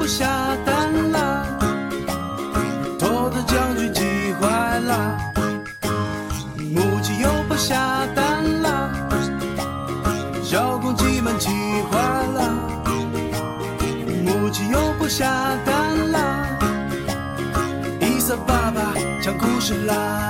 不下蛋啦，头的将军急坏了，母鸡又不下蛋啦，小公鸡们气坏了，母鸡又不下蛋啦，伊萨爸爸讲故事啦。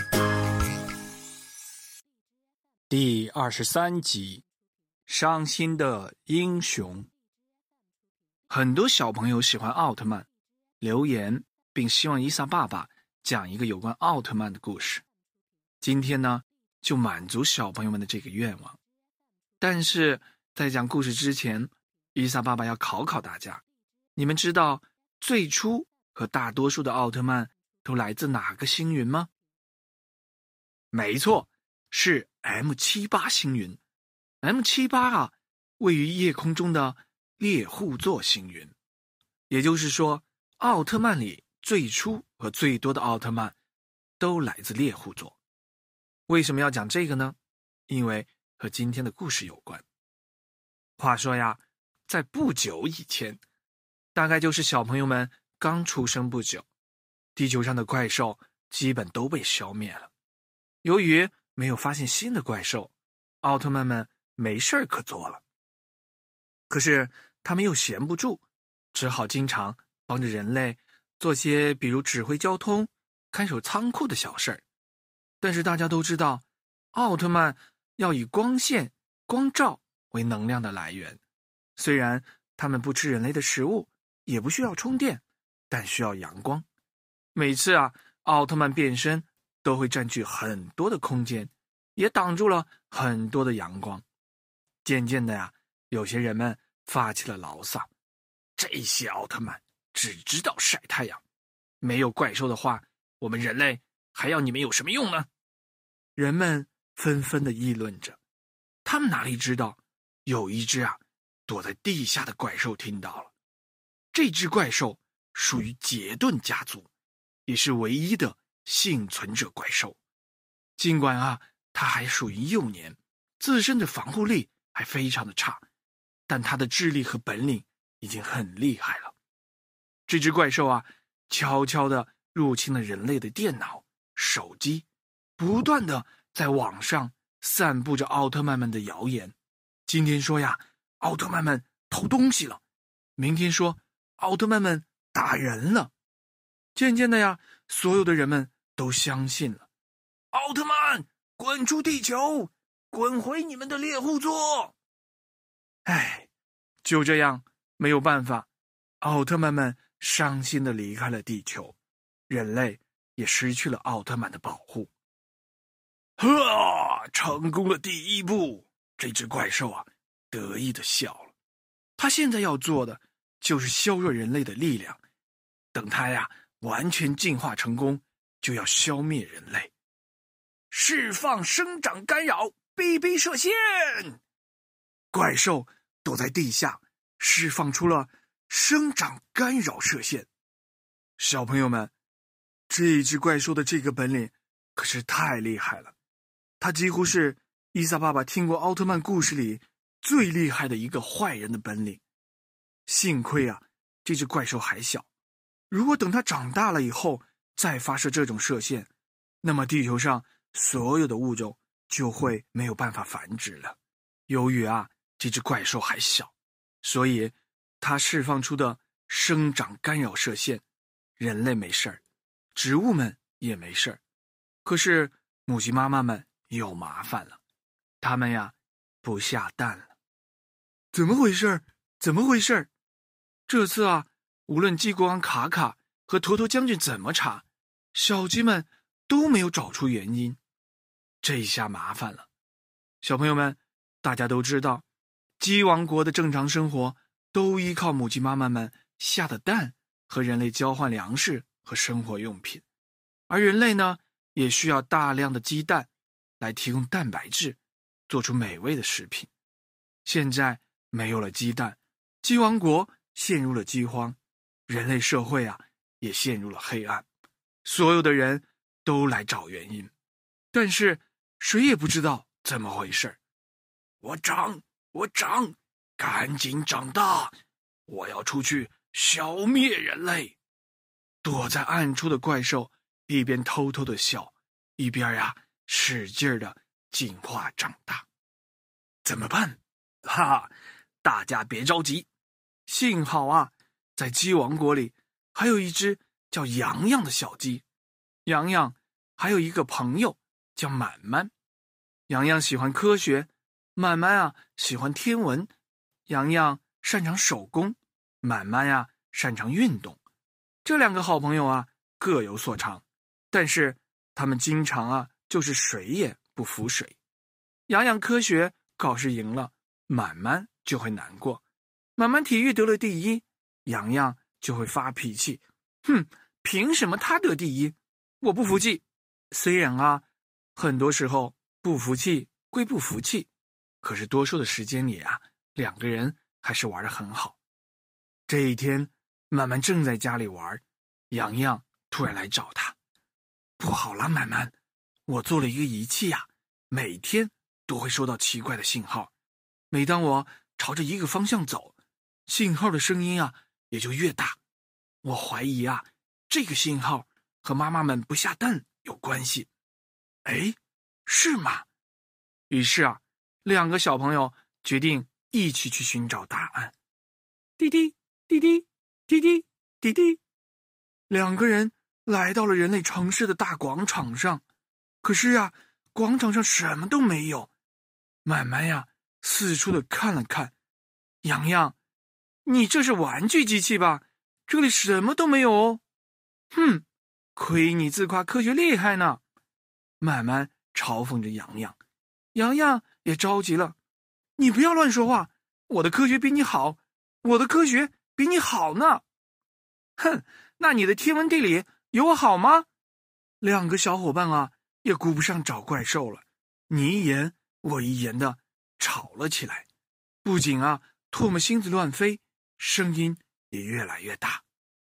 第23集，伤心的英雄。很多小朋友喜欢奥特曼，留言并希望伊萨爸爸讲一个有关奥特曼的故事。今天呢，就满足小朋友们的这个愿望。但是在讲故事之前，伊萨爸爸要考考大家，你们知道最初和大多数的奥特曼都来自哪个星云吗？没错，是 M78 星云。M78 啊，位于夜空中的猎户座星云。也就是说，奥特曼里最初和最多的奥特曼都来自猎户座。为什么要讲这个呢？因为和今天的故事有关。话说呀，在不久以前，大概就是小朋友们刚出生不久，地球上的怪兽基本都被消灭了。由于没有发现新的怪兽，奥特曼们没事可做了。可是他们又闲不住，只好经常帮着人类做些比如指挥交通、看守仓库的小事儿。但是大家都知道，奥特曼要以光线、光照为能量的来源。虽然他们不吃人类的食物，也不需要充电，但需要阳光。每次啊，奥特曼变身都会占据很多的空间，也挡住了很多的阳光。渐渐的呀，有些人们发起了牢骚，这些奥特曼只知道晒太阳，没有怪兽的话，我们人类还要你们有什么用呢？人们纷纷的议论着，他们哪里知道，有一只啊躲在地下的怪兽听到了。这只怪兽属于杰顿家族，也是唯一的幸存者怪兽。尽管啊，它还属于幼年，自身的防护力还非常的差，但它的智力和本领已经很厉害了。这只怪兽啊，悄悄地入侵了人类的电脑、手机，不断地在网上散布着奥特曼们的谣言。今天说呀，奥特曼们偷东西了；明天说奥特曼们打人了。渐渐的呀，所有的人们都相信了。奥特曼，滚出地球，滚回你们的猎户座！唉，就这样，没有办法，奥特曼们伤心地离开了地球，人类也失去了奥特曼的保护。成功了第一步！这只怪兽啊，得意地笑了。他现在要做的就是削弱人类的力量，等他呀完全进化成功，就要消灭人类。释放生长干扰 ，BB 射线！怪兽躲在地下，释放出了生长干扰射线。小朋友们，这只怪兽的这个本领可是太厉害了，它几乎是伊萨爸爸听过奥特曼故事里最厉害的一个坏人的本领。幸亏啊，这只怪兽还小，如果等它长大了以后再发射这种射线，那么地球上所有的物种就会没有办法繁殖了。由于啊，这只怪兽还小，所以它释放出的生长干扰射线，人类没事儿，植物们也没事儿。可是母鸡妈妈们有麻烦了，它们呀不下蛋了。怎么回事？怎么回事？这次啊，无论鸡国王卡卡和坨坨将军怎么查，小鸡们都没有找出原因。这下麻烦了。小朋友们，大家都知道，鸡王国的正常生活都依靠母鸡妈妈们下的蛋和人类交换粮食和生活用品，而人类呢，也需要大量的鸡蛋来提供蛋白质，做出美味的食品。现在没有了鸡蛋，鸡王国陷入了饥荒，人类社会啊也陷入了黑暗。所有的人都来找原因，但是谁也不知道怎么回事。我长，赶紧长大！我要出去消灭人类。躲在暗处的怪兽一边偷偷的笑，一边使劲的进化长大。怎么办？哈哈，大家别着急，幸好在鸡王国里还有一只叫洋洋的小鸡。洋洋还有一个朋友叫满满。洋洋喜欢科学，满满喜欢天文。洋洋擅长手工，满满擅长运动。这两个好朋友各有所长，但是他们经常就是谁也不服谁。洋洋科学考试赢了，满满就会难过；满满体育得了第一，洋洋就会发脾气。哼，凭什么他得第一？我不服气。虽然很多时候不服气归不服气，可是多数的时间里两个人还是玩得很好。这一天，满满正在家里玩，洋洋突然来找他。不好了，满满，我做了一个仪器每天都会收到奇怪的信号。每当我朝着一个方向走，信号的声音也就越大。我怀疑这个信号和妈妈们不下蛋有关系。哎，是吗？于是两个小朋友决定一起去寻找答案。滴滴滴滴滴滴滴滴，两个人来到了人类城市的大广场上。可是广场上什么都没有。满满四处的看了看。洋洋，你这是玩具机器吧？这里什么都没有哦。哼，亏你自夸科学厉害呢。满满嘲讽着洋洋。洋洋也着急了。你不要乱说话，我的科学比你好，我的科学比你好呢。哼，那你的天文地理有我好吗？两个小伙伴也顾不上找怪兽了，你一言我一言的吵了起来。不仅唾沫星子乱飞，声音也越来越大。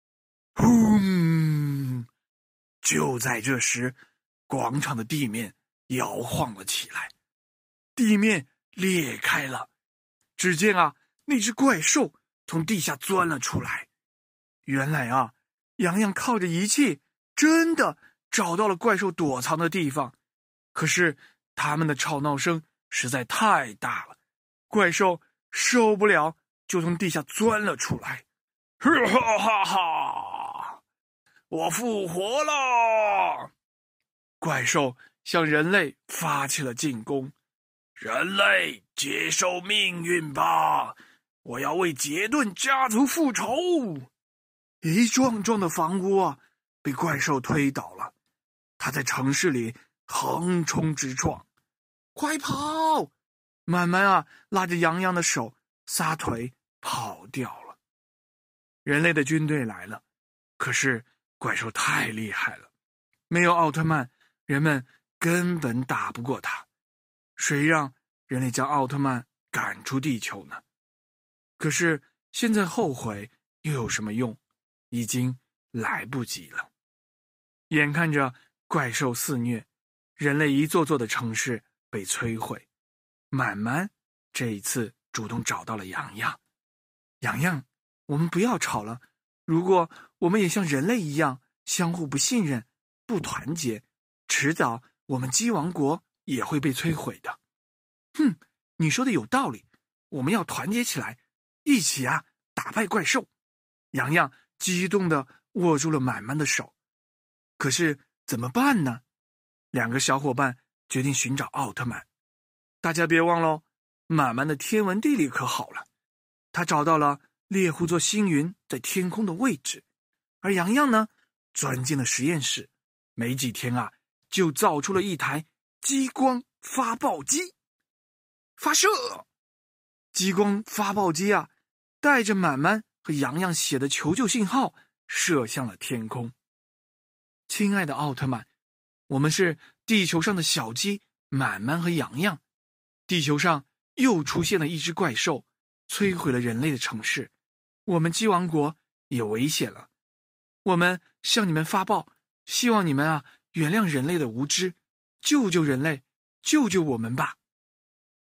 轰！就在这时，广场的地面摇晃了起来，地面裂开了。只见那只怪兽从地下钻了出来。原来洋洋靠着仪器真的找到了怪兽躲藏的地方。可是他们的吵闹声实在太大了，怪兽受不了，就从地下钻了出来。哈哈哈！我复活了！怪兽向人类发起了进攻。人类接受命运吧，我要为杰顿家族复仇。一幢幢的房屋被怪兽推倒了，他在城市里横冲直撞。快跑！满满拉着洋洋的手，撒腿跑掉了。人类的军队来了，可是怪兽太厉害了，没有奥特曼，人们根本打不过他。谁让人类将奥特曼赶出地球呢？可是现在后悔又有什么用？已经来不及了。眼看着怪兽肆虐，人类一座座的城市被摧毁。满满这一次主动找到了洋洋。洋洋，我们不要吵了，如果我们也像人类一样相互不信任、不团结，迟早我们鸡王国也会被摧毁的。哼，你说的有道理，我们要团结起来，一起打败怪兽。洋洋激动地握住了满满的手。可是怎么办呢？两个小伙伴决定寻找奥特曼。大家别忘了，满满的天文地理可好了，他找到了猎户座星云在天空的位置。而洋洋呢，钻进了实验室，没几天就造出了一台激光发报机。发射！激光发报机带着满满和洋洋写的求救信号射向了天空。亲爱的奥特曼，我们是地球上的小鸡满满和洋洋。地球上又出现了一只怪兽，摧毁了人类的城市，我们鸡王国也危险了。我们向你们发报，希望你们原谅人类的无知，救救人类，救救我们吧。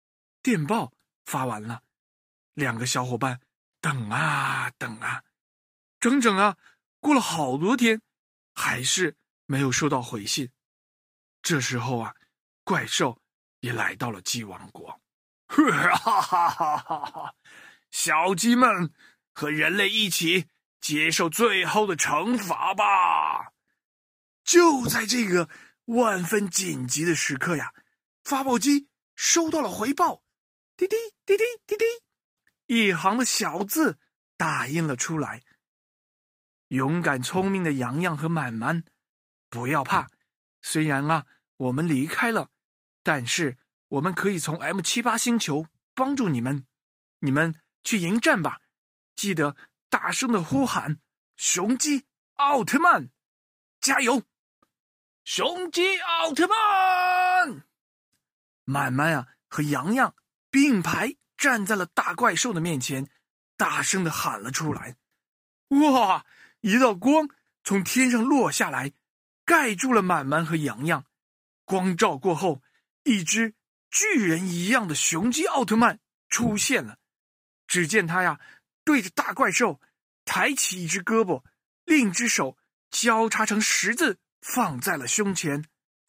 电报发完了，两个小伙伴等啊等啊， 整整过了好多天，还是没有收到回信。这时候怪兽也来到了鸡王国。哈哈哈哈哈！小鸡们，和人类一起接受最后的惩罚吧！就在这个万分紧急的时刻发报机收到了回报，滴滴滴滴滴滴，一行的小字打印了出来。勇敢聪明的洋洋和满满，不要怕，虽然我们离开了，但是我们可以从 M78 星球帮助你们，你们去迎战吧，记得大声的呼喊雄鸡奥特曼，加油！雄鸡奥特曼！满满和洋洋并排站在了大怪兽的面前，大声的喊了出来。哇！一道光从天上落下来，盖住了满满和洋洋。光照过后，一只巨人一样的雄鸡奥特曼出现了。只见他对着大怪兽抬起一只胳膊，另一只手交叉成十字放在了胸前。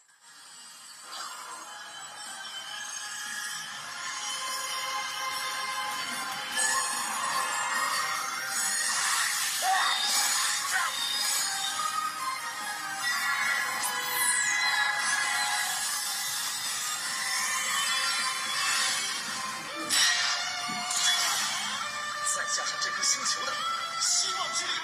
再加上这颗星球的希望之力，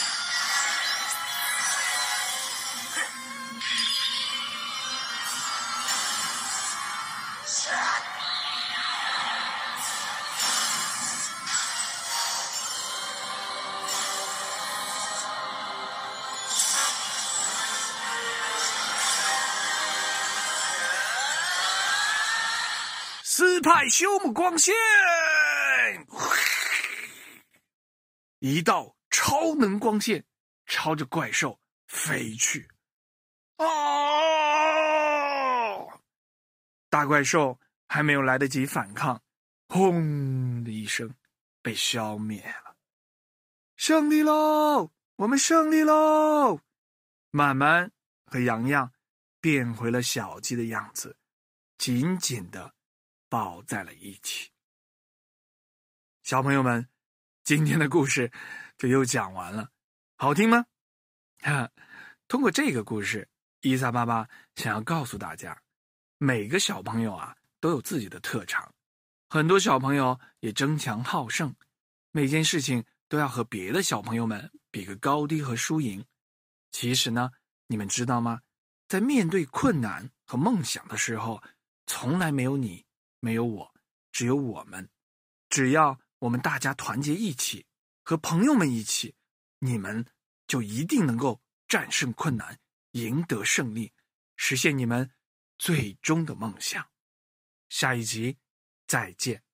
斯派修姆光线，一道超能光线朝着怪兽飞去。大怪兽还没有来得及反抗，轰的一声被消灭了。胜利喽！我们胜利喽！满满和洋洋变回了小鸡的样子，紧紧地抱在了一起。小朋友们，今天的故事就又讲完了，好听吗？通过这个故事，伊萨爸爸想要告诉大家，每个小朋友都有自己的特长，很多小朋友也争强好胜，每件事情都要和别的小朋友们比个高低和输赢。其实呢，你们知道吗？在面对困难和梦想的时候，从来没有你，没有我，只有我们。只要我们大家团结一起，和朋友们一起，你们就一定能够战胜困难，赢得胜利，实现你们最终的梦想。下一集再见。